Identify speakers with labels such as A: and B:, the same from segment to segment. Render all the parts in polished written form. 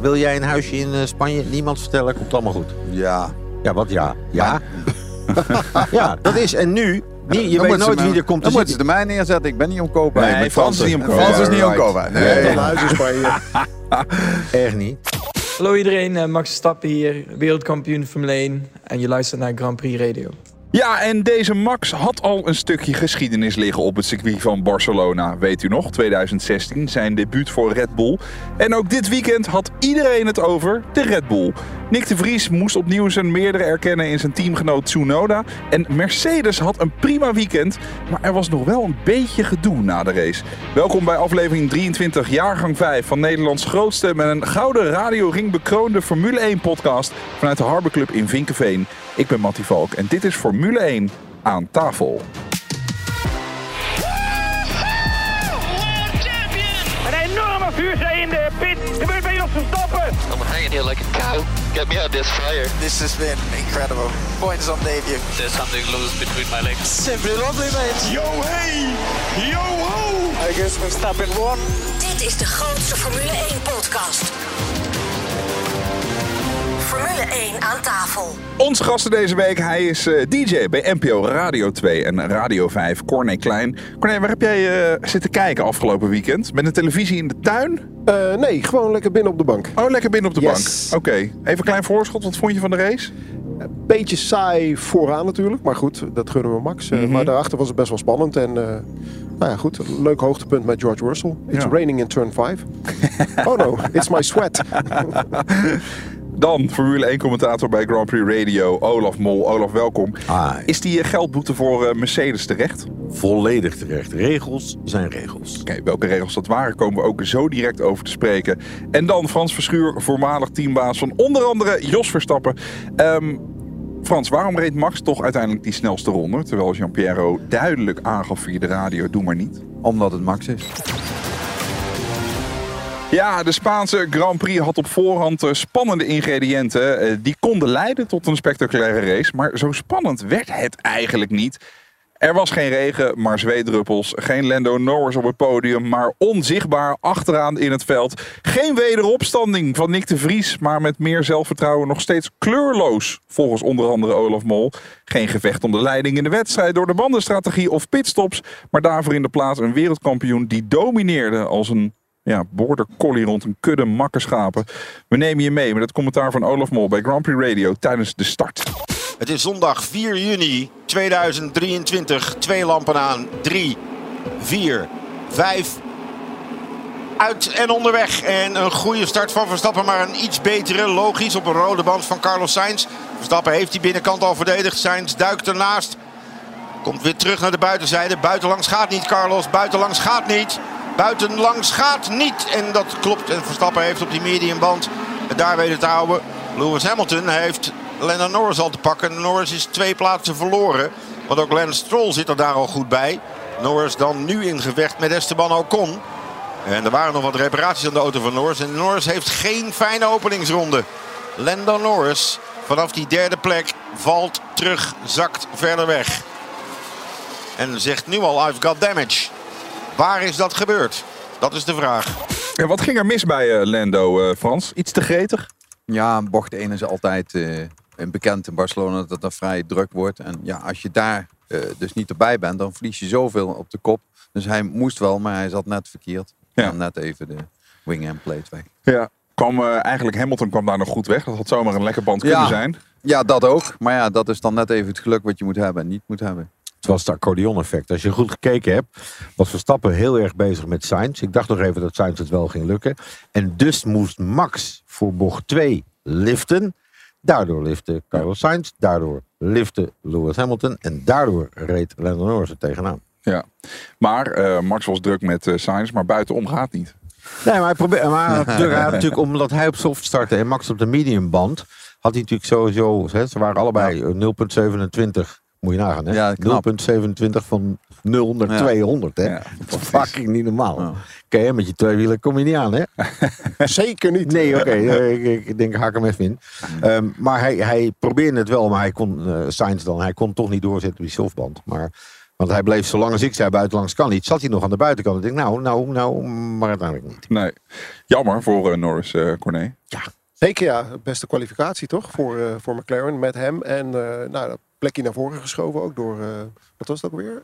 A: Wil jij een huisje in Spanje? Niemand vertellen, komt allemaal goed.
B: Ja.
A: Ja, wat ja? Ja. Ja, dat is. En nu... Je weet nooit wie er komt te
B: zitten. Dan moeten ze de mij neerzetten. Ik ben niet om kopen.
C: Nee, Frans is niet om kopen.
B: Frans is niet om kopen.
A: Nee, huis in Spanje. Erg niet.
D: Hallo iedereen, Max Verstappen hier, wereldkampioen Formule 1 en je luistert naar Grand Prix Radio.
C: Ja, en deze Max had al een stukje geschiedenis liggen op het circuit van Barcelona. Weet u nog, 2016, zijn debuut voor Red Bull. En ook dit weekend had iedereen het over de Red Bull. Nick de Vries moest opnieuw zijn meerdere erkennen in zijn teamgenoot Tsunoda. En Mercedes had een prima weekend, maar er was nog wel een beetje gedoe na de race. Welkom bij aflevering 23, jaargang 5 van Nederlands grootste met een gouden radioring bekroonde Formule 1 podcast vanuit de Harbor Club in Vinkeveen. Ik ben Mattie Valk en dit is Formule 1 aan tafel.
E: Een enorme vuurzee in de pit. Gebeurt bij Jos Verstappen.
F: I'm hanging here like a cow. Get me out of this fire.
G: This has been incredible. Points on debut.
F: There's something loose between my legs.
G: Simply lovely, mate.
E: Yo, hey! Yo, ho!
G: I guess Verstappen won.
H: Dit is de grootste Formule 1 podcast. Formule 1 aan tafel.
C: Onze gasten deze week, hij is DJ bij NPO Radio 2 en Radio 5, Corné Klein. Corné, waar heb jij zitten kijken afgelopen weekend? Met een televisie in de tuin?
I: Nee, gewoon lekker binnen op de bank.
C: Oh, lekker binnen op de
I: Yes.
C: bank. Oké. Even een klein voorschot, wat vond je van de race?
I: Beetje saai vooraan natuurlijk, maar goed, dat gunnen we Max. Maar daarachter was het best wel spannend en nou ja, goed. Leuk hoogtepunt met George Russell. It's raining in turn 5. Oh no, it's my sweat.
C: Dan Formule 1 commentator bij Grand Prix Radio, Olaf Mol. Olaf, welkom.
A: Hi.
C: Is die geldboete voor Mercedes terecht?
A: Volledig terecht. Regels zijn regels.
C: Oké, welke regels dat waren, komen we ook zo direct over te spreken. En dan Frans Verschuur, voormalig teambaas van onder andere Jos Verstappen. Frans, waarom reed Max toch uiteindelijk die snelste ronde? Terwijl Gianpiero duidelijk aangaf via de radio, doe maar niet.
B: Omdat het Max is.
C: Ja, de Spaanse Grand Prix had op voorhand spannende ingrediënten. Die konden leiden tot een spectaculaire race. Maar zo spannend werd het eigenlijk niet. Er was geen regen, maar zweetdruppels. Geen Lando Norris op het podium, maar onzichtbaar achteraan in het veld. Geen wederopstanding van Nick de Vries, maar met meer zelfvertrouwen nog steeds kleurloos. Volgens onder andere Olaf Mol. Geen gevecht om de leiding in de wedstrijd door de bandenstrategie of pitstops. Maar daarvoor in de plaats een wereldkampioen die domineerde als een border collie rond een kudde makkerschapen. We nemen je mee met het commentaar van Olaf Mol bij Grand Prix Radio tijdens de start.
J: Het is zondag 4 juni 2023. 2 lampen aan. 3, 4, 5. Uit en onderweg. En een goede start van Verstappen, maar een iets betere. Logisch op een rode band van Carlos Sainz. Verstappen heeft die binnenkant al verdedigd. Sainz duikt ernaast. Komt weer terug naar de buitenzijde. Buitenlangs gaat niet, Carlos. Buitenlangs gaat niet. Buitenlangs gaat niet. En dat klopt. En Verstappen heeft op die mediumband daar weten te houden. Lewis Hamilton heeft Lando Norris al te pakken. Norris is 2 plaatsen verloren. Want ook Lance Stroll zit er daar al goed bij. Norris dan nu in gevecht met Esteban Ocon. En er waren nog wat reparaties aan de auto van Norris. En Norris heeft geen fijne openingsronde. Lando Norris vanaf die 3e plek valt terug, zakt verder weg. En zegt nu al, I've got damage. Waar is dat gebeurd? Dat is de vraag.
C: En wat ging er mis bij Lando, Frans? Iets te gretig?
B: Ja, bocht 1 is altijd bekend in Barcelona dat dat vrij druk wordt. En ja, als je daar dus niet erbij bent, dan verlies je zoveel op de kop. Dus hij moest wel, maar hij zat net verkeerd.
C: Ja.
B: En net even de wing and plate weg.
C: Ja, eigenlijk Hamilton kwam daar nog goed weg. Dat had zomaar een lekker band kunnen zijn.
B: Ja, dat ook. Maar ja, dat is dan net even het geluk wat je moet hebben en niet moet hebben.
A: Het was het accordeon-effect. Als je goed gekeken hebt, was Verstappen heel erg bezig met Sainz. Ik dacht nog even dat Sainz het wel ging lukken. En dus moest Max voor bocht 2 liften. Daardoor lifte Carlos Sainz. Daardoor lifte Lewis Hamilton. En daardoor reed Lando Norris er tegenaan.
C: Ja, maar Max was druk met Sainz, maar buitenom gaat niet.
A: Nee, maar hij probeerde. Maar natuurlijk, omdat hij op soft startte en Max op de mediumband, had hij natuurlijk sowieso. Ze waren allebei 0,27. Moet je nagaan, hè?
B: Ja,
A: 0,27 van 0 naar 200, hè?
C: Ja,
A: dat is fucking niet normaal. Ja. Kijk, met je tweewielen kom je niet aan, hè?
I: Zeker niet.
A: Nee, oké. Ik denk, haak hem even in. Maar hij probeerde het wel, maar hij kon Sainz dan. Hij kon toch niet doorzetten op die softband. Maar Want hij bleef, zolang als ik zei, buitenlangs kan niet. Zat hij nog aan de buitenkant. Ik denk, nou, maar uiteindelijk niet.
C: Nee. Jammer voor Norris, Corné.
A: Ja.
I: Zeker ja, beste kwalificatie toch voor McLaren met hem. En dat plekje naar voren geschoven ook door, wat was het ook weer?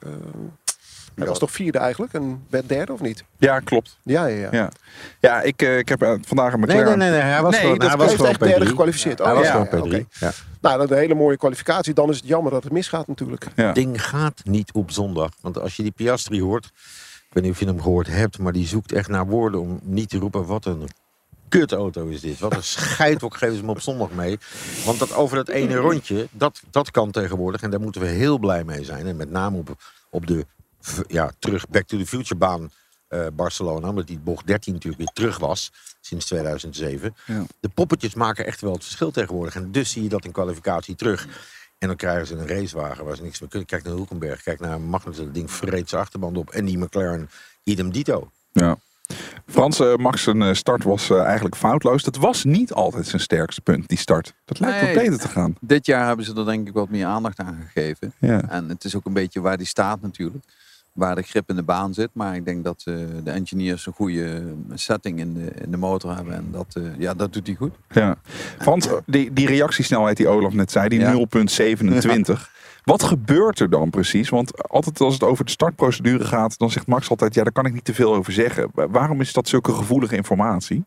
I: Hij was toch vierde eigenlijk en werd derde of niet?
C: Ja, klopt.
I: Ja.
C: Ja, ik heb vandaag een McLaren...
A: Nee, hij was gewoon
I: echt derde gekwalificeerd.
A: Hij was gewoon P3.
I: Okay.
A: Ja.
I: Nou, dat is een hele mooie kwalificatie. Dan is het jammer dat het misgaat natuurlijk.
C: Ja.
A: Het ding gaat niet op zondag. Want als je die Piastri hoort, ik weet niet of je hem gehoord hebt, maar die zoekt echt naar woorden om niet te roepen, wat een kutauto is dit. Wat een scheidwok geven ze hem op zondag mee. Want dat over dat ene rondje, dat kan tegenwoordig. En daar moeten we heel blij mee zijn. En met name op de terug Back to the Future baan Barcelona. Omdat die bocht 13 natuurlijk weer terug was. Sinds 2007.
C: Ja.
A: De poppetjes maken echt wel het verschil tegenwoordig. En dus zie je dat in kwalificatie terug. En dan krijgen ze een racewagen waar ze niks meer kunnen. Kijk naar Hulkenberg. Kijk naar Magnussen. Dat ding vreet zijn achterband op. En die McLaren idem dito.
C: Ja. Frans, Max zijn start was eigenlijk foutloos. Dat was niet altijd zijn sterkste punt, die start. Dat lijkt wat beter te gaan.
B: Dit jaar hebben ze er denk ik wat meer aandacht aan gegeven.
C: Ja.
B: En het is ook een beetje waar die staat natuurlijk. Waar de grip in de baan zit. Maar ik denk dat de engineers een goede setting in de motor hebben. En dat doet hij goed.
C: Ja. Frans, die reactiesnelheid die Olaf net zei, die 0,27. Wat gebeurt er dan precies? Want altijd als het over de startprocedure gaat, dan zegt Max altijd, daar kan ik niet te veel over zeggen. Waarom is dat zulke gevoelige informatie?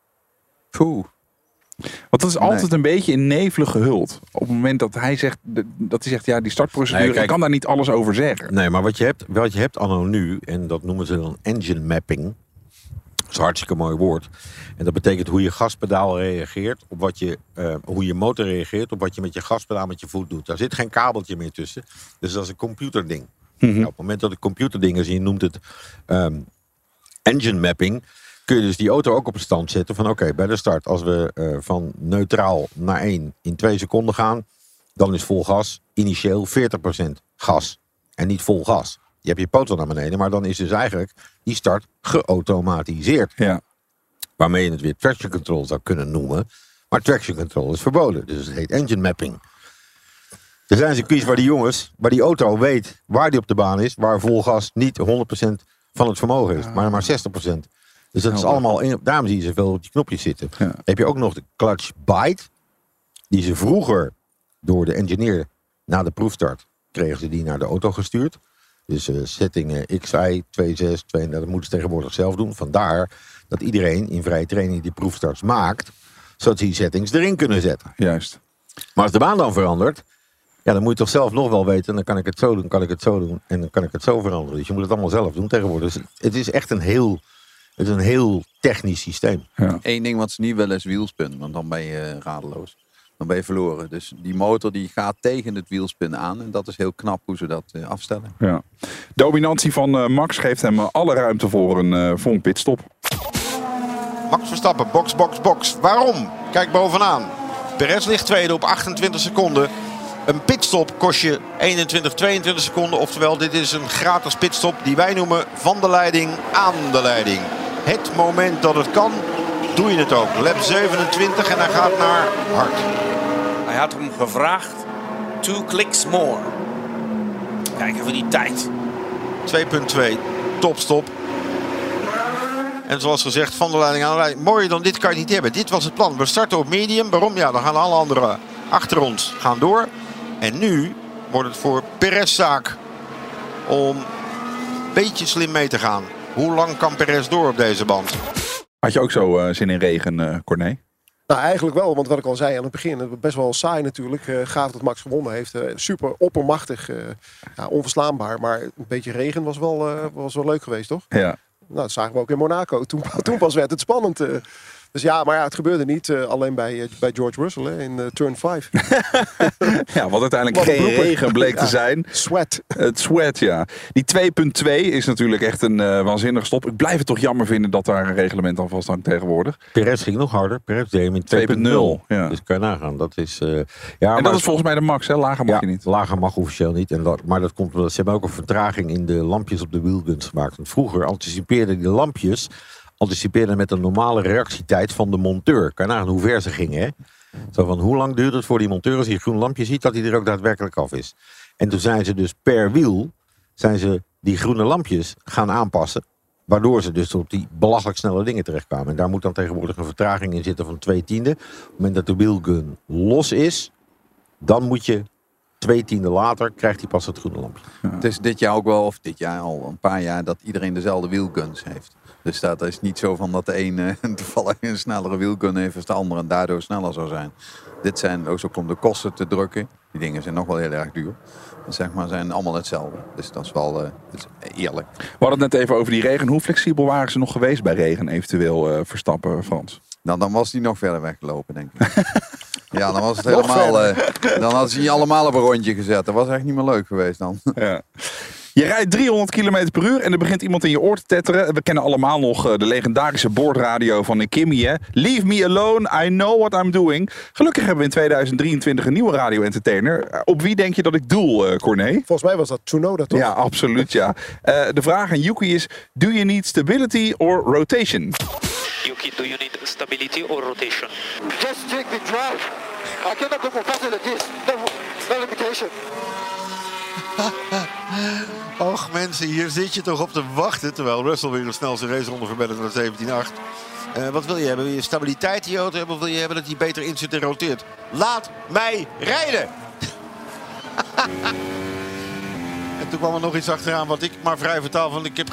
B: Poeh.
C: Want dat is altijd een beetje in nevelen gehuld. Op het moment dat hij zegt, die startprocedure, ik kan daar niet alles over zeggen.
A: Nee, maar wat je hebt anno nu, en dat noemen ze dan engine mapping. Dat is een hartstikke mooi woord. En dat betekent hoe je gaspedaal reageert, op hoe je motor reageert, op wat je met je gaspedaal met je voet doet. Daar zit geen kabeltje meer tussen. Dus dat is een computerding. Nou, op het moment dat het computerding is en je noemt het engine mapping, kun je dus die auto ook op een stand zetten van oké, bij de start, als we van neutraal naar 1 in 2 seconden gaan, dan is vol gas initieel 40% gas. En niet vol gas. Je hebt je poten naar beneden, maar dan is dus eigenlijk die start geautomatiseerd.
C: Ja.
A: Waarmee je het weer traction control zou kunnen noemen. Maar traction control is verboden. Dus het heet engine mapping. Er zijn circuits waar die auto weet waar die op de baan is, waar vol gas niet 100% van het vermogen is, maar 60%. Dus dat is allemaal, daarom zie je zoveel op die knopjes zitten. Ja. Dan heb je ook nog de clutch bite. Die ze vroeger door de engineer na de proefstart kregen ze die naar de auto gestuurd. Dus settingen XI, 26, 32, dat moeten ze tegenwoordig zelf doen. Vandaar dat iedereen in vrije training die proefstarts maakt, zodat ze die settings erin kunnen zetten.
C: Juist.
A: Maar als de baan dan verandert, dan moet je toch zelf nog wel weten. Dan kan ik het zo doen, kan ik het zo doen en dan kan ik het zo veranderen. Dus je moet het allemaal zelf doen tegenwoordig. Dus het is echt een heel technisch systeem.
B: Ja. Eén ding wat ze niet willen is wielspin, want dan ben je radeloos. Dan ben je verloren. Dus die motor die gaat tegen het wielspin aan. En dat is heel knap hoe ze dat afstellen.
C: Ja. Dominantie van Max geeft hem alle ruimte voor een pitstop.
J: Max Verstappen, box. Waarom? Kijk bovenaan. Perez ligt tweede op 28 seconden. Een pitstop kost je 21, 22 seconden. Oftewel, dit is een gratis pitstop die wij noemen van de leiding aan de leiding. Het moment dat het kan, doe je het ook. Lap 27 en hij gaat naar hard.
K: Hij had hem gevraagd, 2 clicks more. Kijk even die tijd.
J: 2.2, topstop. En zoals gezegd, van de leiding aan de leiding. Mooier dan dit kan je niet hebben. Dit was het plan. We starten op medium. Waarom? Ja, dan gaan alle anderen achter ons gaan door. En nu wordt het voor Perez zaak om een beetje slim mee te gaan. Hoe lang kan Perez door op deze band?
C: Had je ook zo zin in regen, Corné?
I: Nou, eigenlijk wel, want wat ik al zei aan het begin, het was best wel saai natuurlijk. Gaaf dat Max gewonnen heeft. Super oppermachtig, onverslaanbaar. Maar een beetje regen was wel leuk geweest, toch?
C: Ja.
I: Nou, dat zagen we ook in Monaco. Toen pas werd het spannend. Dus maar het gebeurde niet alleen bij George Russell in turn 5.
C: Ja, wat uiteindelijk geen regen bleek te zijn.
I: Sweat.
C: Het sweat, ja. Die 2.2 is natuurlijk echt een waanzinnige stop. Ik blijf het toch jammer vinden dat daar een reglement aan vasthangt tegenwoordig.
A: Perez ging nog harder. Perez deed hem in 2.0. Ja. Dus kan je nagaan. Dat is,
C: en dat is volgens mij de max, hè? Lager mag je niet.
A: Lager mag officieel niet. Maar dat komt omdat ze hebben ook een vertraging in de lampjes op de wheelguns gemaakt. Want vroeger anticipeerden die lampjes met een normale reactietijd van de monteur. Kan je nagaan hoe ver ze gingen, hè? Zo van, hoe lang duurt het voor die monteur als hij een groen lampje ziet, dat hij er ook daadwerkelijk af is. En toen zijn ze dus per wiel, zijn ze die groene lampjes gaan aanpassen. Waardoor ze dus op die belachelijk snelle dingen terechtkwamen. En daar moet dan tegenwoordig een vertraging in zitten van 2/10. Op het moment dat de wheelgun los is, dan moet je 2/10 later, krijgt hij pas het groene lampje.
B: Ja. Het is dit jaar ook wel, of dit jaar al een paar jaar, dat iedereen dezelfde wheelguns heeft. Dus dat is niet zo van dat de een toevallig een snellere wheelgun heeft als de andere en daardoor sneller zou zijn. Dit zijn ook zo om de kosten te drukken. Die dingen zijn nog wel heel erg duur. Zeg maar, zijn allemaal hetzelfde. Dus dat is wel dat is eerlijk.
C: We hadden het net even over die regen. Hoe flexibel waren ze nog geweest bij regen eventueel, Verstappen, Frans?
B: Nou, dan was hij nog verder weggelopen, denk ik. Ja, dan was het helemaal... dan hadden ze niet allemaal op een rondje gezet. Dat was echt niet meer leuk geweest dan.
C: Ja. Je rijdt 300 km per uur en er begint iemand in je oor te tetteren. We kennen allemaal nog de legendarische boordradio van Kimi. Hè? Leave me alone, I know what I'm doing. Gelukkig hebben we in 2023 een nieuwe radio-entertainer. Op wie denk je dat ik doel, Corné?
I: Volgens mij was dat Tsunoda, toch?
C: Ja, absoluut, ja. De vraag aan Yuki is, do you need stability or rotation?
F: Yuki, do you need stability or rotation?
G: Just check the drive. I cannot go more faster than this. No limitation.
J: Och mensen, hier zit je toch op te wachten. Terwijl Russell weer de snelste raceronde verbetert naar 17.8. Wat wil je hebben? Wil je stabiliteit in je auto hebben of wil je hebben dat hij beter in zit en roteert? Laat mij rijden! En toen kwam er nog iets achteraan wat ik maar vrij vertaal van ik heb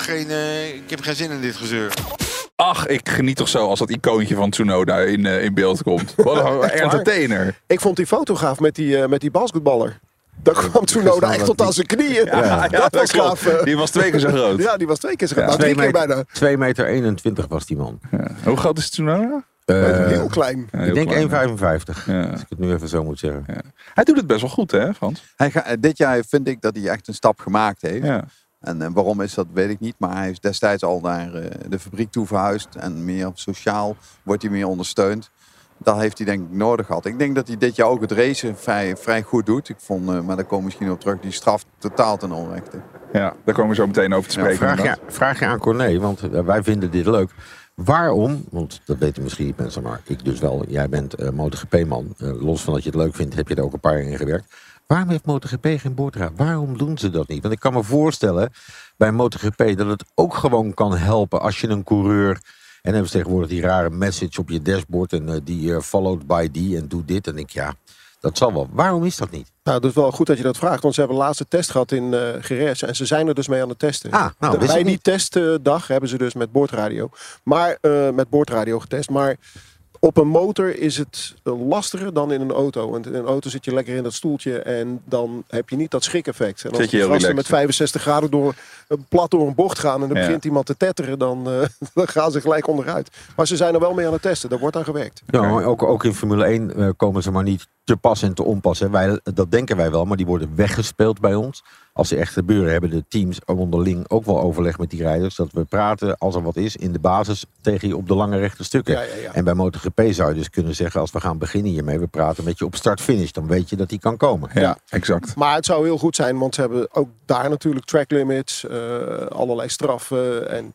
J: geen zin in dit gezeur.
C: Ach, ik geniet toch zo als dat icoontje van Tsunoda in beeld komt. Wat een entertainer.
I: Ik vond die foto gaaf met die basketballer. Daar kwam Tsunoda echt tot aan zijn knieën.
C: Ja, dat was gaaf. Die was 2 keer zo groot.
I: Ja, die was 2 keer zo groot. Nou, 3 keer bijna.
A: 2,21 meter was die man.
C: Ja. Hoe groot is Tsunoda?
I: Heel klein.
A: Ja, ik denk 1,55. Ja. Als ik het nu even zo moet zeggen.
C: Ja. Hij doet het best wel goed, hè, Frans?
B: Dit jaar vind ik dat hij echt een stap gemaakt heeft.
C: Ja.
B: En waarom is dat, weet ik niet. Maar hij is destijds al naar de fabriek toe verhuisd. En meer sociaal wordt hij meer ondersteund. Dat heeft hij denk ik nodig gehad. Ik denk dat hij dit jaar ook het racen vrij goed doet. Ik vond, maar daar komen we misschien op terug, die straf totaal ten onrechte.
C: Ja, daar komen we zo meteen over te spreken.
A: Ja, vraag je aan Corné, want wij vinden dit leuk. Waarom, want dat weten misschien niet mensen, maar ik dus wel. Jij bent MotoGP-man. Los van dat je het leuk vindt, heb je er ook een paar jaar in gewerkt. Waarom heeft MotoGP geen boordradio? Waarom doen ze dat niet? Want ik kan me voorstellen bij MotoGP dat het ook gewoon kan helpen als je een coureur... En dan hebben ze tegenwoordig die rare message op je dashboard en die followed by die en doe dit. En ik dat zal wel. Waarom is dat niet?
I: Nou, dat is wel goed dat je dat vraagt. Want ze hebben de laatste test gehad in Jerez. En ze zijn er dus mee aan het testen. Bij die testdag hebben ze dus met boordradio. Maar met boordradio getest. Maar op een motor is het lastiger dan in een auto. Want in een auto zit je lekker in dat stoeltje. En dan heb je niet dat schrik-effect. En als je gasten met 65 graden plat door een bocht gaan. En dan begint iemand te tetteren. Dan gaan ze gelijk onderuit. Maar ze zijn er wel mee aan het testen. Daar wordt aan gewerkt.
A: Ja, maar ook in Formule 1 komen ze maar niet te pas en te onpas. Dat denken wij wel. Maar die worden weggespeeld bij ons. Als ze echt gebeuren, hebben de teams onderling ook wel overleg met die rijders. Dat we praten, als er wat is, in de basis tegen je op de lange rechte stukken. Ja. En bij MotoGP zou je dus kunnen zeggen, als we gaan beginnen hiermee, we praten met je op start-finish. Dan weet je dat die kan komen.
C: Ja, exact.
I: Maar het zou heel goed zijn, want ze hebben ook daar natuurlijk track limits, allerlei straffen en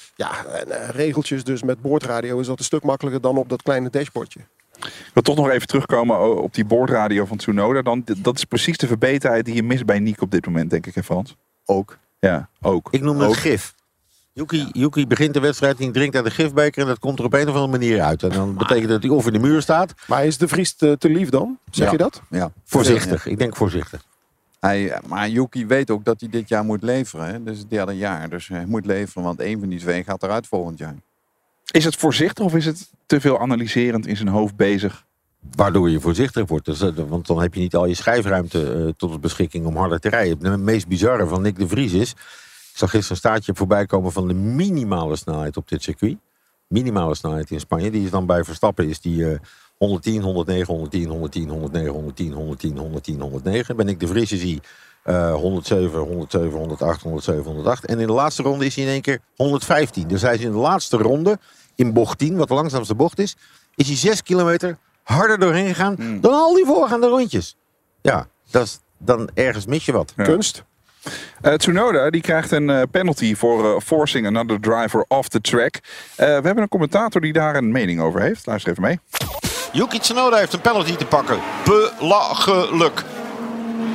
I: regeltjes. Dus met boordradio is dat een stuk makkelijker dan op dat kleine dashboardje.
C: Ik wil toch nog even terugkomen op die boordradio van Tsunoda. Dat is precies de verbeterheid die je mist bij Nick op dit moment, denk ik, hè Frans?
B: Ook.
C: Ja, ook.
A: Ik noem het gif. Yuki begint de wedstrijd en drinkt uit de gifbeker en dat komt er op een of andere manier uit. En dan betekent dat hij of in de muur staat.
I: Maar is de Vries te lief dan? Zeg je dat?
B: Ja.
A: Voorzichtig. Ik denk voorzichtig.
B: Maar Yuki weet ook dat hij dit jaar moet leveren. Hè? Dus het derde jaar. Dus hij moet leveren, want één van die twee gaat eruit volgend jaar.
C: Is het voorzichtig of is het te veel analyserend in zijn hoofd bezig?
A: Waardoor je voorzichtig wordt. Dus, want dan heb je niet al je schijfruimte tot beschikking om harder te rijden. Het meest bizarre van Nick de Vries is... Ik zag gisteren een staartje voorbij komen van de minimale snelheid op dit circuit. Minimale snelheid in Spanje. Die is dan bij Verstappen is die 110, 109, 110, 110, 109, 110, 110, 110, 109. Bij Nick de Vries is hij 107, 107, 108, 107, 108. En in de laatste ronde is hij in één keer 115. Dus hij is in de laatste ronde, in bocht 10, wat de langzaamste bocht is hij 6 kilometer harder doorheen gegaan dan al die voorgaande rondjes. Ja, dan ergens mis je wat.
C: Ja.
I: Kunst.
C: Tsunoda die krijgt een penalty voor forcing another driver off the track. We hebben een commentator die daar een mening over heeft. Luister even mee.
J: Yuki Tsunoda heeft een penalty te pakken. Belachelijk.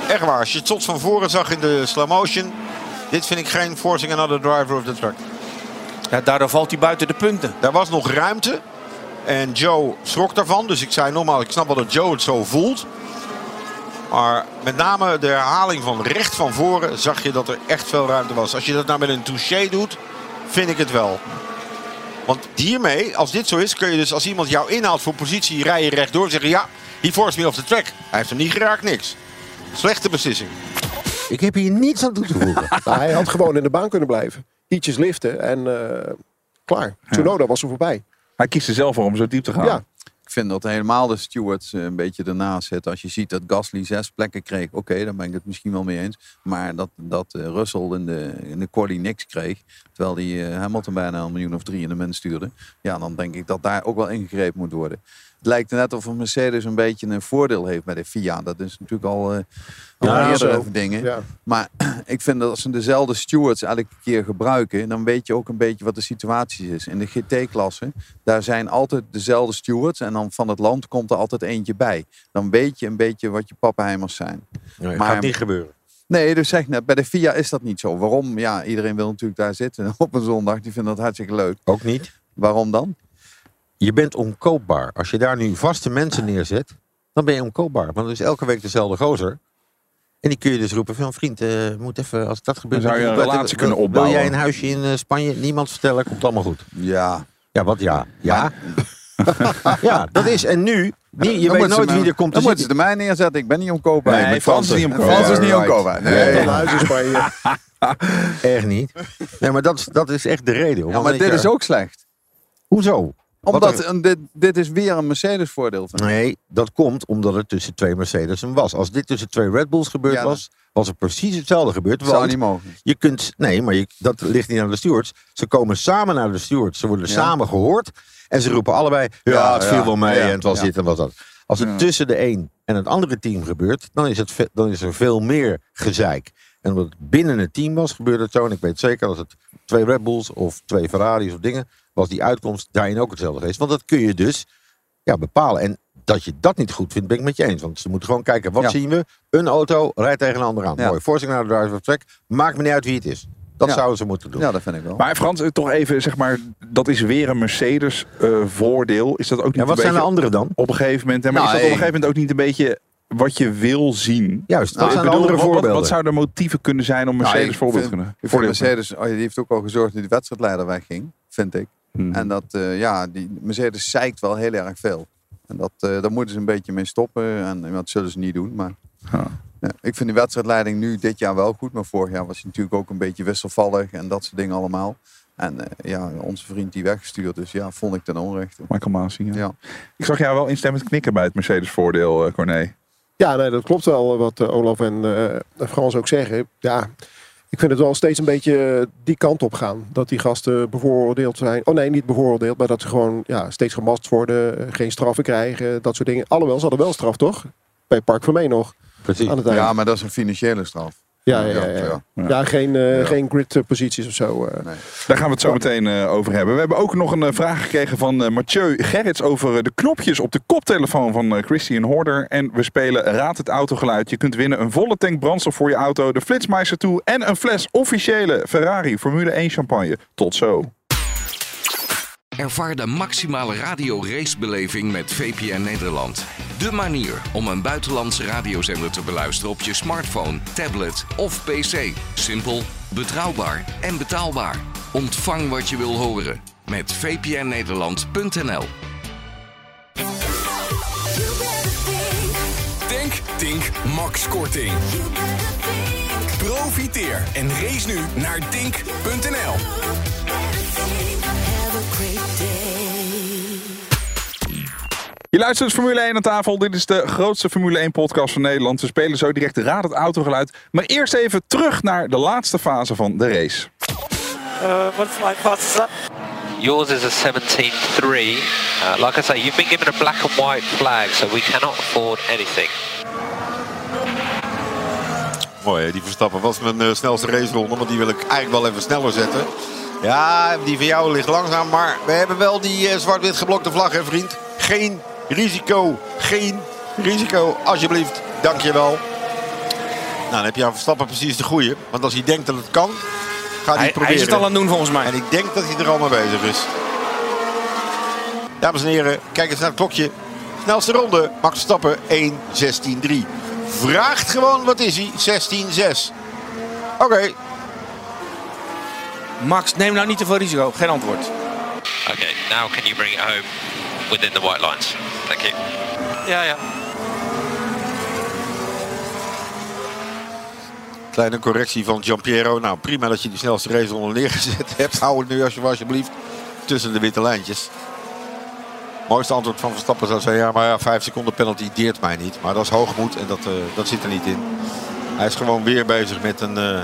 J: Echt waar. Als je het shots van voren zag in de slow motion. Dit vind ik geen forcing another driver of the track.
K: Ja, daardoor valt hij buiten de punten.
J: Daar was nog ruimte. En Joe schrok daarvan. Dus ik zei nogmaals, ik snap wel dat Joe het zo voelt. Maar met name de herhaling van recht van voren zag je dat er echt veel ruimte was. Als je dat nou met een touché doet, vind ik het wel. Want hiermee, als dit zo is, kun je dus als iemand jou inhaalt voor positie, rij je rechtdoor, zeggen ja, he forced me off the track. Hij heeft hem niet geraakt, niks. Slechte beslissing.
A: Ik heb hier niets aan toe te voegen.
I: Nou, hij had gewoon in de baan kunnen blijven. Ietsjes liften en klaar. Tsunoda was er voorbij.
C: Hij kiest er zelf voor om zo diep te gaan.
I: Ja.
B: Ik vind dat helemaal de stewards een beetje ernaast zitten. Als je ziet dat Gasly 6 plekken kreeg. Oké, daar ben ik het misschien wel mee eens. Maar dat Russell in de quali niks kreeg. Terwijl die Hamilton bijna 1 miljoen of 3 in de min stuurde. Ja, dan denk ik dat daar ook wel ingegrepen moet worden. Het lijkt net of een Mercedes een beetje een voordeel heeft bij de FIA. Dat is natuurlijk al eerder over dingen. Ja. Maar ik vind dat als ze dezelfde stewards elke keer gebruiken, dan weet je ook een beetje wat de situatie is. In de GT-klasse, daar zijn altijd dezelfde stewards. En dan van het land komt er altijd eentje bij. Dan weet je een beetje wat je pappenheimers zijn.
A: Nee, maar gaat niet gebeuren.
B: Nee, dus zeg net, bij de FIA is dat niet zo. Waarom? Ja, iedereen wil natuurlijk daar zitten op een zondag. Die vinden dat hartstikke leuk.
A: Ook niet.
B: Waarom dan?
A: Je bent onkoopbaar. Als je daar nu vaste mensen neerzet, dan ben je onkoopbaar. Want er is elke week dezelfde gozer. En die kun je dus roepen van vriend, moet even, als dat gebeurt...
C: Dan zou je een relatie kunnen opbouwen.
A: Wil jij een huisje in Spanje? Niemand vertellen, komt allemaal goed.
B: Ja.
A: Ja, wat ja? Ja. Ja, dat is. En nu, je weet nooit wie er komt.
B: Dan moeten ze er mij neerzetten. Ik ben niet onkoopbaar.
C: Nee, Frans is niet onkoopbaar.
B: Frans is niet onkoopbaar.
I: Nee, een huis in Spanje.
A: Echt niet. Nee, maar dat is echt de reden.
B: Ja, maar dit is ook slecht.
A: Hoezo?
B: Omdat dit is weer een Mercedes voordeel.
A: Nee, dat komt omdat het tussen 2 Mercedes'en was. Als dit tussen 2 Red Bulls gebeurd was, was er precies hetzelfde gebeurd.
B: Dat zou niet mogen.
A: Je kunt, nee, maar dat ligt niet aan de stewards. Ze komen samen naar de stewards. Ze worden samen gehoord. En ze roepen allebei, het viel wel mee en het was dit en was dat. Als het tussen de een en het andere team gebeurt, dan is er veel meer gezeik. En omdat het binnen het team was, gebeurde het zo. En ik weet zeker dat het 2 Red Bulls of 2 Ferraris of dingen, was die uitkomst daarin ook hetzelfde geweest. Want dat kun je dus bepalen. En dat je dat niet goed vindt, ben ik met je eens. Want ze moeten gewoon kijken, wat zien we? Een auto rijdt tegen een ander aan. Mooi, forcing naar de driver of track. Maakt me niet uit wie het is. Dat zouden ze moeten doen.
B: Ja, dat vind ik wel.
C: Maar Frans, toch even, zeg maar, dat is weer een Mercedes voordeel. Is dat ook niet
A: wat zijn de anderen dan?
C: Op een gegeven moment, maar is dat op een gegeven moment ook niet een beetje wat je wil zien?
A: Juist, dat zijn de andere voorbeelden.
C: Wat zouden de motieven kunnen zijn om Mercedes voorbeeld te kunnen?
B: Voor Mercedes, die heeft ook al gezorgd dat die wedstrijdleider wegging, vind ik. En dat, die Mercedes zeikt wel heel erg veel. En daar moeten ze een beetje mee stoppen. En dat zullen ze niet doen, maar... Ja, ik vind die wedstrijdleiding nu dit jaar wel goed. Maar vorig jaar was hij natuurlijk ook een beetje wisselvallig. En dat soort dingen allemaal. En onze vriend die weggestuurd. Dus vond ik ten onrechte.
C: Michael Masi, ja. Ik zag jou wel instemmend knikken bij het Mercedes voordeel, Corné.
I: Ja, nee, dat klopt wel wat Olaf en Frans ook zeggen. Ja, ik vind het wel steeds een beetje die kant op gaan. Dat die gasten bevooroordeeld zijn. Oh nee, niet bevooroordeeld. Maar dat ze gewoon steeds gemast worden. Geen straffen krijgen. Dat soort dingen. Alhoewel, ze hadden wel straf, toch? Bij Park Vermeen nog.
A: Precies.
I: Aan het eind.
B: Ja, maar dat is een financiële straf.
I: Ja, geen grid-posities of zo.
B: Nee.
C: Daar gaan we het zo meteen over hebben. We hebben ook nog een vraag gekregen van Mathieu Gerrits over de knopjes op de koptelefoon van Christian Horner. En we spelen Raad het autogeluid. Je kunt winnen een volle tank brandstof voor je auto, de Flitsmeister toe en een fles officiële Ferrari Formule 1 champagne. Tot zo.
L: Ervaar de maximale radio-racebeleving met VPN Nederland. De manier om een buitenlandse radiozender te beluisteren op je smartphone, tablet of pc. Simpel, betrouwbaar en betaalbaar. Ontvang wat je wil horen met vpnnederland.nl.
M: Denk Tink Max Korting. Profiteer en race nu naar tink.nl.
C: Je luistert Formule 1 aan tafel. Dit is de grootste Formule 1 podcast van Nederland. We spelen zo direct Raad het autogeluid. Maar eerst even terug naar de laatste fase van de race.
F: What's my fastest lap? Yours is a 17.3. Like I say, you've been given a black and white flag, so we cannot afford anything.
J: Mooi, die Verstappen was mijn snelste raceronde, want die wil ik eigenlijk wel even sneller zetten. Ja, die van jou ligt langzaam, maar we hebben wel die zwart-wit geblokte vlag, hè vriend. Geen risico, alsjeblieft. Dankjewel. dan heb je aan Verstappen precies de goeie. Want als hij denkt dat het kan, gaat hij het proberen.
K: Hij is het al aan het doen volgens mij.
J: En ik denk dat hij er al mee bezig is. Dames en heren, kijk eens naar het klokje. Snelste ronde, Max Verstappen 1.16.3. Vraagt gewoon, wat is hij? 16.6. Oké.
K: Max, neem nou niet te veel risico. Geen antwoord.
F: Okay, now can you bring it home within the white lines? Thank you.
K: Ja.
J: Kleine correctie van Giampiero. Nou, prima dat je die snelste race onder neergezet hebt. Hou het nu alsjeblieft tussen de witte lijntjes. Mooiste antwoord van Verstappen zou zijn, ja, maar ja, 5 seconden penalty deert mij niet. Maar dat is hoogmoed en dat zit er niet in. Hij is gewoon weer bezig met een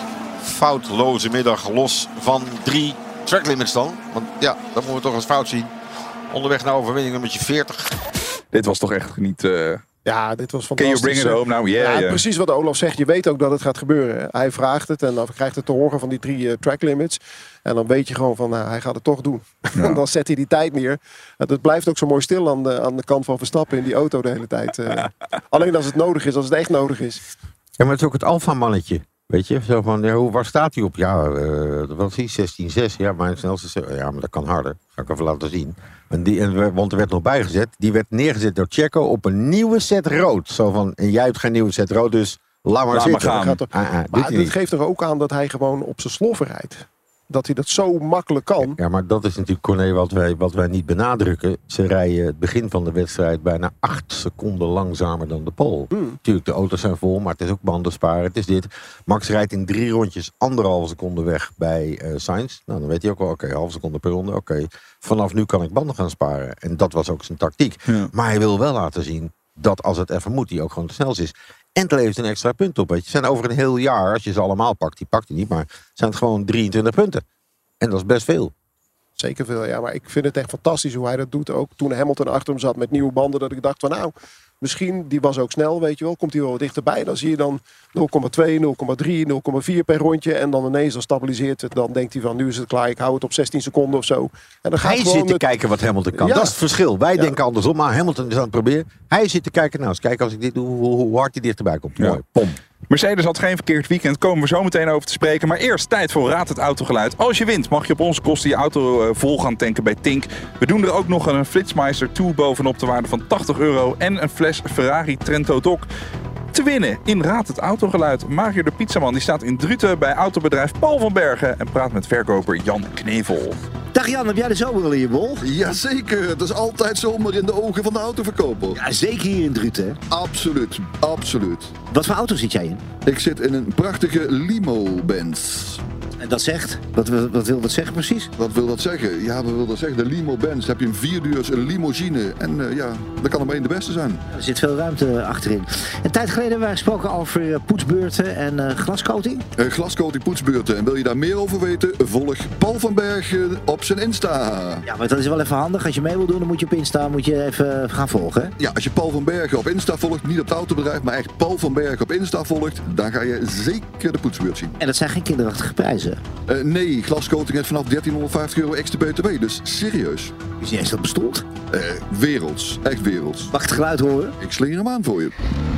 J: foutloze middag, los van 3 track limits dan. Want ja, dat moeten we toch als fout zien. Onderweg naar overwinning nummertje 40.
C: Dit was toch echt niet...
I: Ja, dit was fantastisch.
C: Can you bring it home now? Yeah.
I: Precies wat Olaf zegt. Je weet ook dat het gaat gebeuren. Hij vraagt het en dan krijgt het te horen van die 3 track limits. En dan weet je gewoon van, hij gaat het toch doen. Ja. En dan zet hij die tijd neer. Het blijft ook zo mooi stil aan de kant van Verstappen in die auto de hele tijd. Alleen als het nodig is, als het echt nodig is.
A: Ja, maar het is ook het alfamannetje. Weet je, zo van, ja, waar staat hij op? Ja, wat is hij? 16.6. Ja, mijn snelste... Ja, maar dat kan harder. Ga ik even laten zien. Want er werd nog bijgezet. Die werd neergezet door Checo op een nieuwe set rood. Zo van, en jij hebt geen nieuwe set rood, dus laat maar zitten.
I: Maar dit geeft er ook aan dat hij gewoon op zijn sloffen rijdt. Dat hij dat zo makkelijk kan.
A: Ja, maar dat is natuurlijk, Corné, wat wij niet benadrukken. Ze rijden het begin van de wedstrijd bijna 8 seconden langzamer dan de pole. Natuurlijk, de auto's zijn vol, maar het is ook banden sparen. Het is dit. Max rijdt in 3 rondjes 1,5 seconde weg bij Sainz. Nou, dan weet hij ook wel, oké, half seconde per ronde. Oké, vanaf nu kan ik banden gaan sparen. En dat was ook zijn tactiek. Ja. Maar hij wil wel laten zien dat als het even moet, hij ook gewoon te snel is. En het levert een extra punt op. Weet je. Het zijn over een heel jaar, als je ze allemaal pakt, die pakt hij niet, maar zijn het gewoon 23 punten. En dat is best veel.
I: Zeker veel, ja. Maar ik vind het echt fantastisch hoe hij dat doet. Ook toen Hamilton achter hem zat met nieuwe banden, dat ik dacht van nou, misschien, die was ook snel, weet je wel. Komt hij wel wat dichterbij, dan zie je dan 0,2, 0,3, 0,4 per rondje. En dan ineens, dan stabiliseert het. Dan denkt hij van, nu is het klaar, ik hou het op 16 seconden of zo. En dan gaat
A: hij zit te kijken wat Hamilton kan. Ja. Dat is het verschil. Wij denken andersom, maar Hamilton is aan het proberen. Hij zit te kijken, nou eens kijken als ik dit doe, hoe hard hij dichterbij komt. Ja. Mooi, pom.
C: Mercedes had geen verkeerd weekend, komen we zo meteen over te spreken. Maar eerst tijd voor Raad het Autogeluid. Als je wint mag je op onze kosten je auto vol gaan tanken bij Tink. We doen er ook nog een Flitsmeister 2 bovenop de waarde van €80 en een fles Ferrari Trento Doc. Te winnen in Raad het Autogeluid. Mario de Pizzaman die staat in Druten bij autobedrijf Paul van Bergen en praat met verkoper Jan Knevel.
N: Dag Jan, heb jij de zomer in je bol?
O: Jazeker, het is altijd zomer in de ogen van de autoverkoper.
N: Ja, zeker hier in Druten, hè?
O: Absoluut, absoluut.
N: Wat voor auto zit jij in?
O: Ik zit in een prachtige Limo-Benz.
N: En dat zegt? Wat wil dat zeggen precies?
O: Wat wil dat zeggen? Ja, we willen zeggen, de Limo-Benz. Dan heb je een 4-deurs limousine. En ja, dat kan er maar één de beste zijn.
N: Er zit veel ruimte achterin. Een tijd geleden hebben wij gesproken over poetsbeurten en glascoating.
O: Glascoating, poetsbeurten. En wil je daar meer over weten? Volg Paul van Bergen op zijn Insta.
N: Ja, maar dat is wel even handig. Als je mee wil doen, dan moet je op Insta even gaan volgen. Hè?
O: Ja, als je Paul van Bergen op Insta volgt, niet op het autobedrijf, maar echt Paul van Bergen op Insta volgt, dan ga je zeker de poetsbeurt zien.
N: En dat zijn geen kinderachtige prijzen.
O: Nee, glascoating heeft vanaf €1350 ex-BTW, dus serieus.
N: Is niet eens dat bestond?
O: Werelds, echt werelds.
N: Mag ik het geluid horen?
O: Ik slinger hem aan voor je.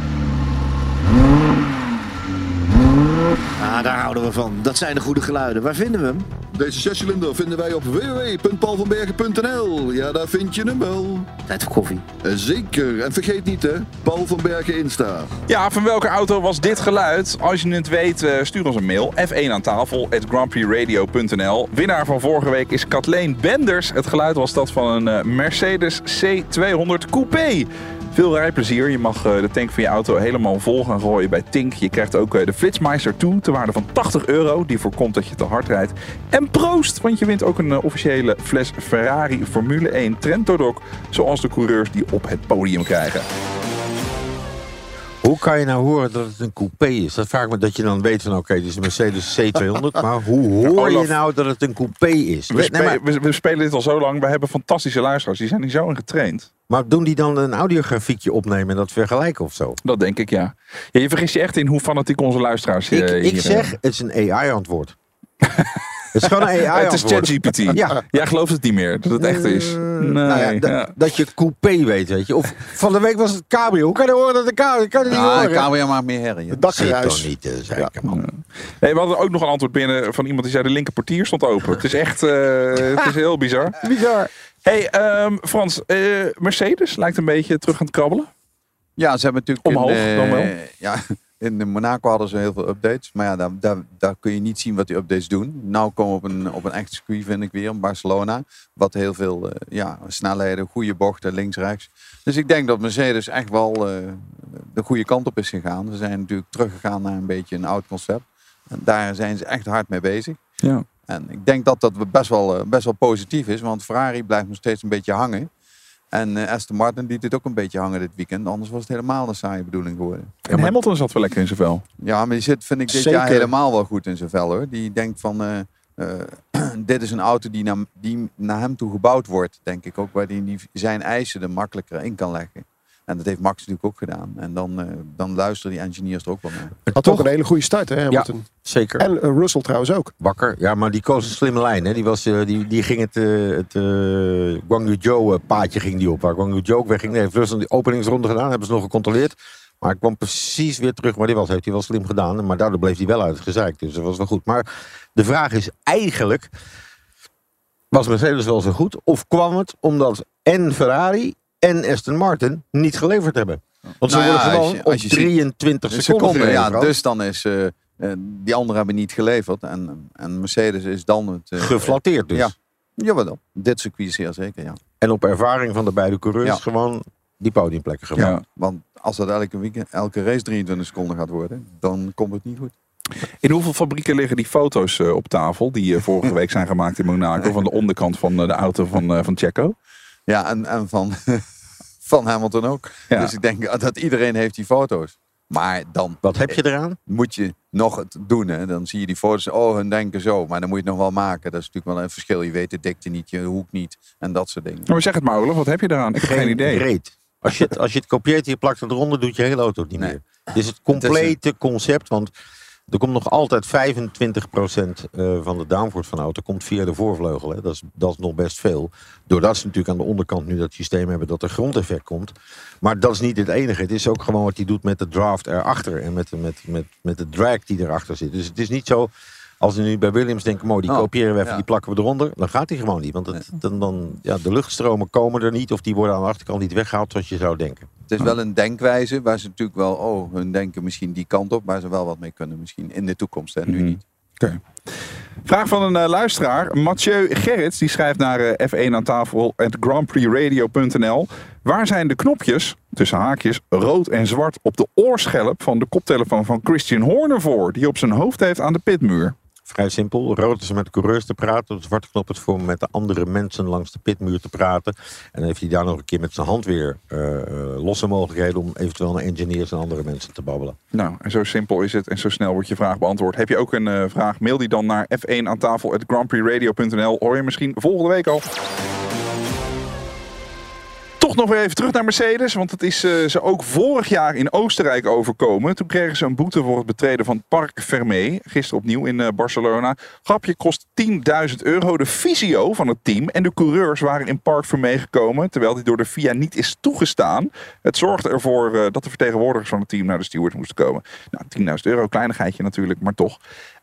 N: Ah, daar houden we van. Dat zijn de goede geluiden. Waar vinden we hem?
O: Deze 6-cilinder vinden wij op www.paulvanbergen.nl. Ja, daar vind je hem wel.
N: Tijd voor koffie.
O: Zeker. En vergeet niet, hè. Paul van Bergen Insta.
C: Ja, van welke auto was dit geluid? Als je het weet, stuur ons een mail. F1 aan tafel @grandprixradio.nl. Winnaar van vorige week is Kathleen Benders. Het geluid was dat van een Mercedes C200 Coupé. Veel rijplezier. Je mag de tank van je auto helemaal vol gaan gooien bij Tink. Je krijgt ook de Flitsmeister 2 ter waarde van €80. Die voorkomt dat je te hard rijdt. En proost, want je wint ook een officiële fles Ferrari Formule 1 Trento Doc. Zoals de coureurs die op het podium krijgen.
A: Hoe kan je nou horen dat het een coupé is? Dat vraag ik me, dat je dan weet van oké, dit is een Mercedes C200. Maar hoe hoor je nou dat het een coupé is?
C: We spelen dit al zo lang. We hebben fantastische luisteraars. Die zijn hier zo in getraind.
A: Maar doen die dan een audiografiekje opnemen en dat vergelijken of zo?
C: Dat denk ik, ja. Je vergist je echt in hoe fanatiek onze luisteraars
A: Ik zeg, het is een AI-antwoord. Het is gewoon een AI.
C: Het is ChatGPT.
A: Ja.
C: Jij gelooft het niet meer dat het echt is. Nee.
A: Dat je coupé weet je. Of van de week was het cabrio. Hoe kan je horen dat het cabrio? Kan je niet horen?
B: Cabrio maakt meer herrie.
A: Het dakgeruis. Zit toch niet, zeker man.
C: Nee, we hadden ook nog een antwoord binnen van iemand die zei de linker portier stond open. Het is echt het is heel bizar.
A: Bizar.
C: Hey, Frans, Mercedes lijkt een beetje terug aan het krabbelen.
B: Ja, ze hebben natuurlijk
C: omhoog dan wel.
B: Ja, in Monaco hadden ze heel veel updates. Maar ja, daar kun je niet zien wat die updates doen. Nou komen we op een echt circuit, vind ik weer, in Barcelona. Wat heel veel snelheden, goede bochten, links, rechts. Dus ik denk dat Mercedes echt wel de goede kant op is gegaan. Ze zijn natuurlijk teruggegaan naar een beetje een oud concept. En daar zijn ze echt hard mee bezig.
C: Ja.
B: En ik denk dat dat best wel positief is. Want Ferrari blijft nog steeds een beetje hangen. En Aston Martin liet het ook een beetje hangen dit weekend. Anders was het helemaal een saaie bedoeling geworden.
C: En Hamilton zat wel lekker in zijn vel.
B: Ja, maar die zit, vind ik, dit jaar helemaal wel goed in zijn vel hoor. Die denkt van, dit is een auto die naar hem toe gebouwd wordt, denk ik ook. Waar hij zijn eisen er makkelijker in kan leggen. En dat heeft Max natuurlijk ook gedaan. En dan luisteren die engineers er ook wel naar.
I: Had toch een hele goede start, hè, Hamilton?
A: Ja, zeker.
I: En Russell trouwens ook.
A: Wakker. Ja, maar die koos een slimme lijn. Hè. Die ging het Guangyu Zhou paadje ging die op. Waar Guangyu Zhou ook wegging. Nee, heeft Russell die openingsronde gedaan. Hebben ze nog gecontroleerd. Maar hij kwam precies weer terug. Maar heeft hij wel slim gedaan. Maar daardoor bleef hij wel uit het gezeik. Dus dat was wel goed. Maar de vraag is eigenlijk, was Mercedes wel zo goed? Of kwam het omdat en Ferrari en Aston Martin niet geleverd hebben? Want ze worden gewoon op 23 seconden.
B: Ja, dus dan is die anderen hebben niet geleverd. En Mercedes is dan het...
A: geflatteerd dus.
B: Ja, jawel. Dit circuit zeer zeker, ja.
A: En op ervaring van de beide coureurs gewoon die podiumplekken gewonnen.
B: Ja, want als dat elke race 23 seconden gaat worden, dan komt het niet goed.
C: In hoeveel fabrieken liggen die foto's op tafel die vorige week zijn gemaakt in Monaco van de onderkant van de auto van Checo?
B: Ja, en van Hamilton ook. Ja. Dus ik denk dat iedereen heeft die foto's. Maar dan...
A: Wat heb je eraan?
B: Moet je nog het doen. Hè? Dan zie je die foto's. Oh, hun denken zo. Maar dan moet je het nog wel maken. Dat is natuurlijk wel een verschil. Je weet de dikte niet, je hoek niet. En dat soort dingen.
C: Maar zeg het maar, Olaf. Wat heb je eraan? Ik heb geen idee.
A: Reet. Als je het kopieert en je plakt het eronder, doet je hele auto het niet meer. Het is het complete concept. Want er komt nog altijd 25% van de downforce van de auto komt via de voorvleugel. Hè. Dat is nog best veel. Doordat ze natuurlijk aan de onderkant nu dat systeem hebben dat er grondeffect komt. Maar dat is niet het enige. Het is ook gewoon wat hij doet met de draft erachter. En met de drag die erachter zit. Dus het is niet zo, als we nu bij Williams denken, mooi, die kopiëren we even, die plakken we eronder. Dan gaat hij gewoon niet. Want de luchtstromen komen er niet. Of die worden aan de achterkant niet weggehaald zoals je zou denken.
B: Het is wel een denkwijze waar ze natuurlijk wel, hun denken misschien die kant op, waar ze wel wat mee kunnen misschien in de toekomst en nu niet.
C: Okay. Vraag van een luisteraar. Mathieu Gerrits, die schrijft naar F1 aan tafel @grandprixradio.nl. Waar zijn de knopjes, tussen haakjes, rood en zwart op de oorschelp van de koptelefoon van Christian Horner voor, die op zijn hoofd heeft aan de pitmuur?
A: Vrij simpel. Rood is met de coureurs te praten. De zwarte knop is voor met de andere mensen langs de pitmuur te praten. En dan heeft hij daar nog een keer met zijn hand weer losse mogelijkheden om eventueel naar engineers en andere mensen te babbelen.
C: Nou, en zo simpel is het en zo snel wordt je vraag beantwoord. Heb je ook een vraag? Mail die dan naar F1 aan tafel @grandprixradio.nl. Hoor je misschien volgende week al. Toch nog weer even terug naar Mercedes, want het is ze ook vorig jaar in Oostenrijk overkomen. Toen kregen ze een boete voor het betreden van Parc Fermé. Gisteren opnieuw in Barcelona. Grapje kost €10.000. De fysio van het team en de coureurs waren in Parc Fermé gekomen, terwijl die door de FIA niet is toegestaan. Het zorgde ervoor dat de vertegenwoordigers van het team naar de steward moesten komen. Nou, €10.000, kleinigheidje natuurlijk, maar toch.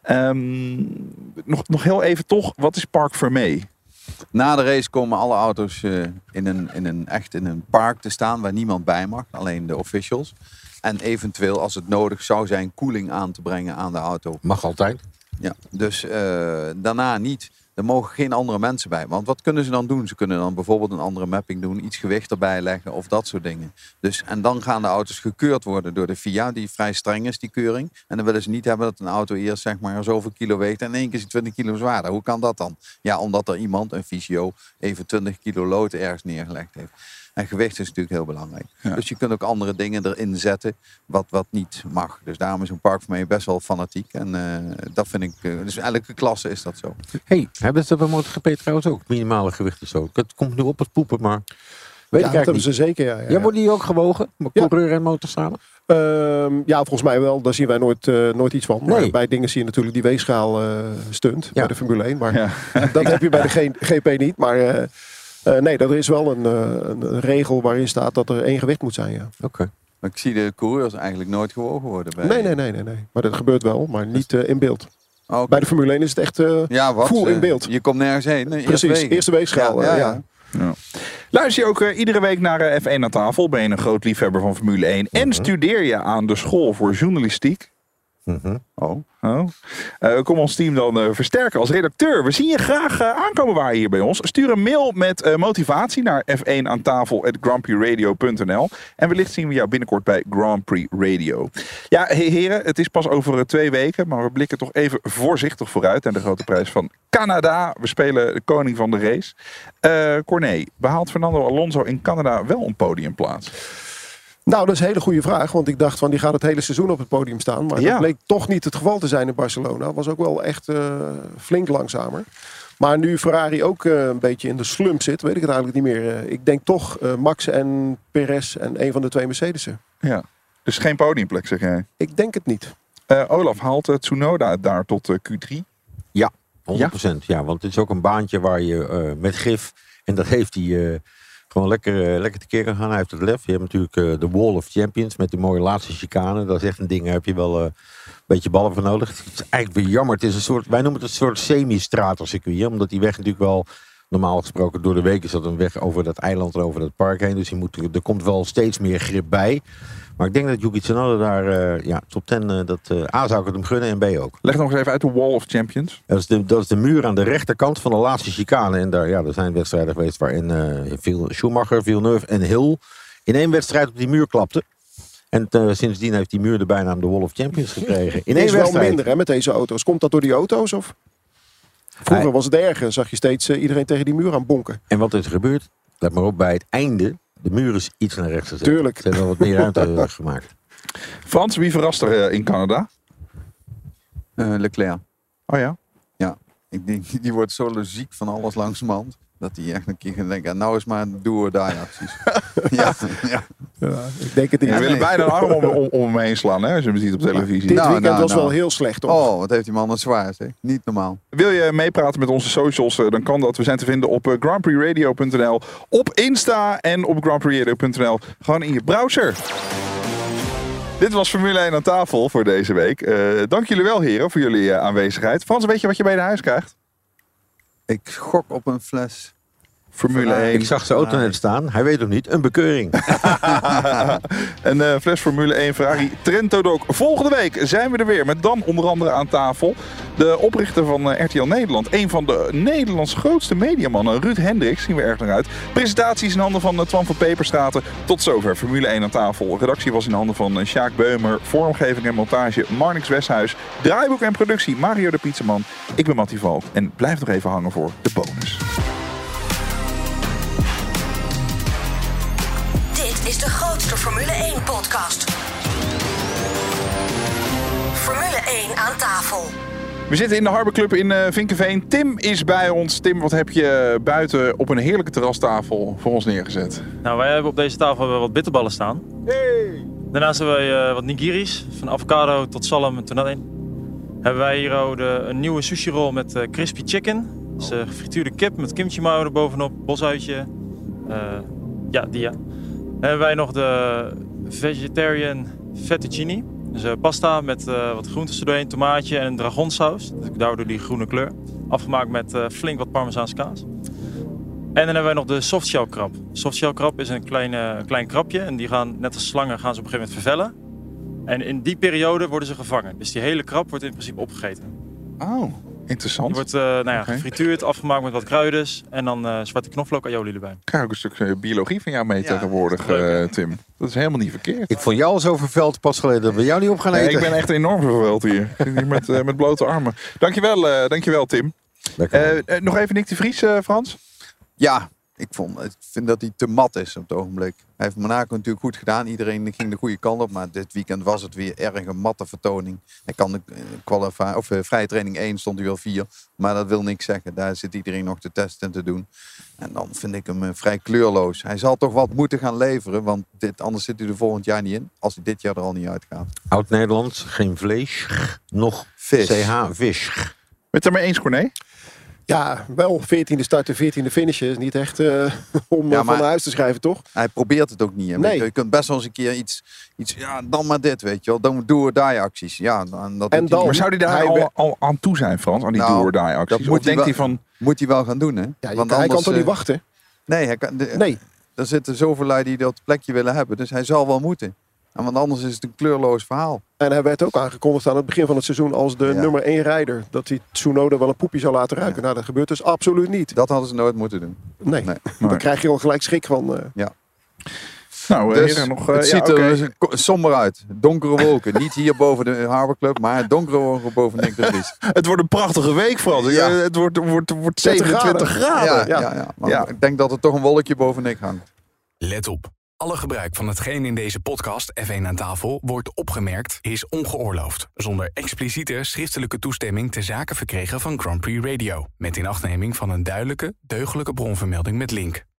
C: Nog heel even toch, wat is Parc Fermé?
B: Na de race komen alle auto's in een park te staan waar niemand bij mag. Alleen de officials. En eventueel, als het nodig zou zijn, koeling aan te brengen aan de auto.
A: Mag altijd.
B: Ja, dus daarna niet. Er mogen geen andere mensen bij. Want wat kunnen ze dan doen? Ze kunnen dan bijvoorbeeld een andere mapping doen. Iets gewicht erbij leggen of dat soort dingen. Dus, en dan gaan de auto's gekeurd worden door de FIA. Die vrij streng is, die keuring. En dan willen ze niet hebben dat een auto eerst zeg maar zoveel kilo weegt. En in één keer is het 20 kilo zwaarder. Hoe kan dat dan? Ja, omdat er iemand, een fysio, even 20 kilo lood ergens neergelegd heeft. En gewicht is natuurlijk heel belangrijk. Ja. Dus je kunt ook andere dingen erin zetten wat niet mag. Dus daarom is een park voor mij best wel fanatiek. En dat vind ik... dus elke klasse is dat zo.
A: Hebben ze dat bij MotoGP trouwens ook? Minimale gewichten zo. Het komt nu op het poepen, maar... Weet
I: dat hebben ze zeker, ja.
A: Jij wordt die ook gewogen? Coureur en motorzaler?
I: Ja, volgens mij wel. Daar zien wij nooit iets van.
A: Nee.
I: Maar bij dingen zie je natuurlijk die weegschaal stunt. Bij de Formule 1. Maar dat heb je bij de GP niet. Maar nee, dat is wel een regel waarin staat dat er 1 gewicht moet zijn. Ja.
A: Oké.
B: Maar ik zie de coureurs eigenlijk nooit gewogen worden. Bij...
I: Nee. Maar dat gebeurt wel, maar niet in beeld.
B: Okay.
I: Bij de Formule 1 is het echt full in beeld.
B: Je komt nergens heen.
I: Precies, eerste weegschaal.
C: Ja. Luister je ook iedere week naar F1 aan tafel? Ben je een groot liefhebber van Formule 1? En studeer je aan de school voor journalistiek? Kom ons team dan versterken als redacteur. We zien je graag aankomen waar hier bij ons. Stuur een mail met motivatie naar f1aantafel@grandprixradio.nl. En wellicht zien we jou binnenkort bij Grand Prix Radio. Ja, heren, het is pas over 2 weken, maar we blikken toch even voorzichtig vooruit naar de grote prijs van Canada. We spelen de koning van de race. Corné, behaalt Fernando Alonso in Canada wel een podiumplaats?
I: Nou, dat is een hele goede vraag. Want ik dacht van die gaat het hele seizoen op het podium staan. Maar dat bleek toch niet het geval te zijn in Barcelona. Was ook wel echt flink langzamer. Maar nu Ferrari ook een beetje in de slump zit, weet ik het eigenlijk niet meer. Ik denk toch Max en Perez en een van de 2 Mercedes'en.
C: Ja, dus geen podiumplek zeg jij?
I: Ik denk het niet.
C: Olaf, haalt Tsunoda het daar tot Q3?
A: Ja, 100%. Ja, want het is ook een baantje waar je met gif, en dat heeft hij... gewoon lekker tekeer kan gaan. Hij heeft het lef. Je hebt natuurlijk de Wall of Champions met die mooie laatste chicane. Dat is echt een ding. Daar heb je wel een beetje ballen voor nodig. Het is eigenlijk weer jammer. Het is een soort, wij noemen het een soort semi-stratercircuit. Omdat die weg natuurlijk wel, normaal gesproken door de week is dat een weg over dat eiland en over dat park heen. Dus er komt wel steeds meer grip bij. Maar ik denk dat Yuki Tsunoda daar top 10, A zou ik het hem gunnen en B ook.
C: Leg nog eens even uit de Wall of Champions.
A: Dat is de muur aan de rechterkant van de laatste chicane. En daar er zijn wedstrijden geweest waarin Schumacher, Villeneuve en Hill in 1 wedstrijd op die muur klapten. En sindsdien heeft die muur de bijnaam de Wall of Champions gekregen. In 1 wedstrijd.
I: Wel minder met deze auto's. Komt dat door die auto's? Of? Vroeger was het erger. Zag je steeds iedereen tegen die muur aan bonken.
A: En wat is er gebeurd? Let maar op, bij het einde... De muur is iets naar rechts gezet.
I: Tuurlijk.
A: Ze hebben wel wat meer ruimte gemaakt.
C: Frans, wie verrast er in Canada?
B: Leclerc.
C: Oh ja?
B: Ja. Ik denk, die wordt zo ziek van alles langzamerhand. Dat hij echt een keer gaat denken, nou is maar een do or die acties. Ja,
I: ik denk het niet.
C: We willen bijna een arm om hem heen slaan, hè, als je hem ziet op televisie.
I: Dit weekend was wel heel slecht, toch?
B: Oh, wat heeft die man het zwaar, zeg. Niet normaal.
C: Wil je meepraten met onze socials, dan kan dat. We zijn te vinden op grandprixradio.nl, op Insta en op grandprixradio.nl. Gewoon in je browser. Dit was Formule 1 aan tafel voor deze week. Dank jullie wel, heren, voor jullie aanwezigheid. Frans, weet je wat je bij de huis krijgt?
B: Ik gok op een fles
C: Formule 1.
A: Ik zag zijn auto net staan. Hij weet nog niet. Een bekeuring.
C: Een fles Formule 1 Ferrari Trento Doc. Volgende week zijn we er weer met dan onder andere aan tafel de oprichter van RTL Nederland. Een van de Nederlands grootste mediamannen, Ruud Hendricks. Zien we erg naar uit. Presentaties in handen van Twan van Peperstraten. Tot zover Formule 1 aan tafel. Redactie was in handen van Sjaak Beumer. Vormgeving en montage Marnix Westhuis. Draaiboek en productie Mario de Pizzaman. Ik ben Mattie Valk en blijf nog even hangen voor de bonus.
H: Dit is de grootste Formule 1 podcast. Formule 1 aan tafel.
C: We zitten in de Harbor Club in Vinkeveen. Tim is bij ons. Tim, wat heb je buiten op een heerlijke terrastafel voor ons neergezet?
P: Nou, wij hebben op deze tafel wat bitterballen staan.
C: Hey.
P: Daarnaast hebben wij wat nigiris, van avocado tot zalm en tonijn. Hebben wij hier ook een nieuwe sushi roll met crispy chicken. Dus gefrituurde kip met kimchi mayo erbovenop, bosuitje. Die. Dan hebben wij nog de vegetarian fettuccine. Dus pasta met wat groentes erdoorheen, tomaatje en een dragonsaus. Daardoor die groene kleur. Afgemaakt met flink wat parmezaanse kaas. En dan hebben wij nog de softshell krab. Softshell krab is een klein krabje. En die gaan, net als slangen, gaan ze op een gegeven moment vervellen. En in die periode worden ze gevangen. Dus die hele krab wordt in principe opgegeten.
C: Oh, interessant.
P: Die wordt gefrituurd, afgemaakt met wat kruiden. En dan zwarte knoflook aioli erbij.
C: Kijk, ook een stuk biologie van jou mee tegenwoordig, Tim. Dat is helemaal niet verkeerd.
A: Ik vond jou al zo verveld pas geleden dat we jou niet op gaan eten.
C: Ik ben echt enorm verveld hier. Ik zit hier met blote armen. Dankjewel Tim. Nog even Nick de Vries, Frans.
B: Ja, Ik vind dat hij te mat is op het ogenblik. Hij heeft Monaco natuurlijk goed gedaan. Iedereen ging de goede kant op. Maar dit weekend was het weer erg een matte vertoning. Hij kan vrije training 1 stond hij wel 4. Maar dat wil niks zeggen. Daar zit iedereen nog te testen en te doen. En dan vind ik hem vrij kleurloos. Hij zal toch wat moeten gaan leveren. Want anders zit hij er volgend jaar niet in. Als hij dit jaar er al niet uitgaat.
A: Oud-Nederlands, geen vlees, nog
B: vis.
A: Vis.
C: Ben je het ermee eens, Corné?
I: Ja, wel 14e starten, 14e finishen. Is niet echt om van huis te schrijven, toch?
B: Hij probeert het ook niet. Hè?
I: Nee.
B: Je kunt best wel eens een keer iets dan maar dit, weet je wel. Dan do-or-die acties. Ja,
C: maar zou hij daar al aan toe zijn, Frans? Aan die do-or-die acties?
B: Moet hij wel gaan doen, hè?
I: Ja,
B: Want
I: hij kan toch niet wachten?
B: Nee, er zitten zoveel lui die dat plekje willen hebben. Dus hij zal wel moeten. Want anders is het een kleurloos verhaal.
I: En hij werd ook aangekondigd aan het begin van het seizoen als de nummer 1 rijder. Dat hij Tsunoda wel een poepje zou laten ruiken. Ja. Nou, dat gebeurt dus absoluut niet.
B: Dat hadden ze nooit moeten doen.
I: Nee. Dan krijg je al gelijk schrik van.
B: Ja.
C: Nou,
B: dus,
C: heren, nog,
B: het ziet er somber uit. Donkere wolken. Niet hier boven de Harbor Club, maar donkere wolken boven Nick de Vries.
C: Het wordt een prachtige week, Frans. Ja. Het wordt 27 graden.
B: Ja. Ik denk dat er toch een wolkje boven Nick hangt.
M: Let op. Alle gebruik van hetgeen in deze podcast F1 aan tafel wordt opgemerkt is ongeoorloofd. Zonder expliciete schriftelijke toestemming ter zake verkregen van Grand Prix Radio. Met inachtneming van een duidelijke, deugdelijke bronvermelding met link.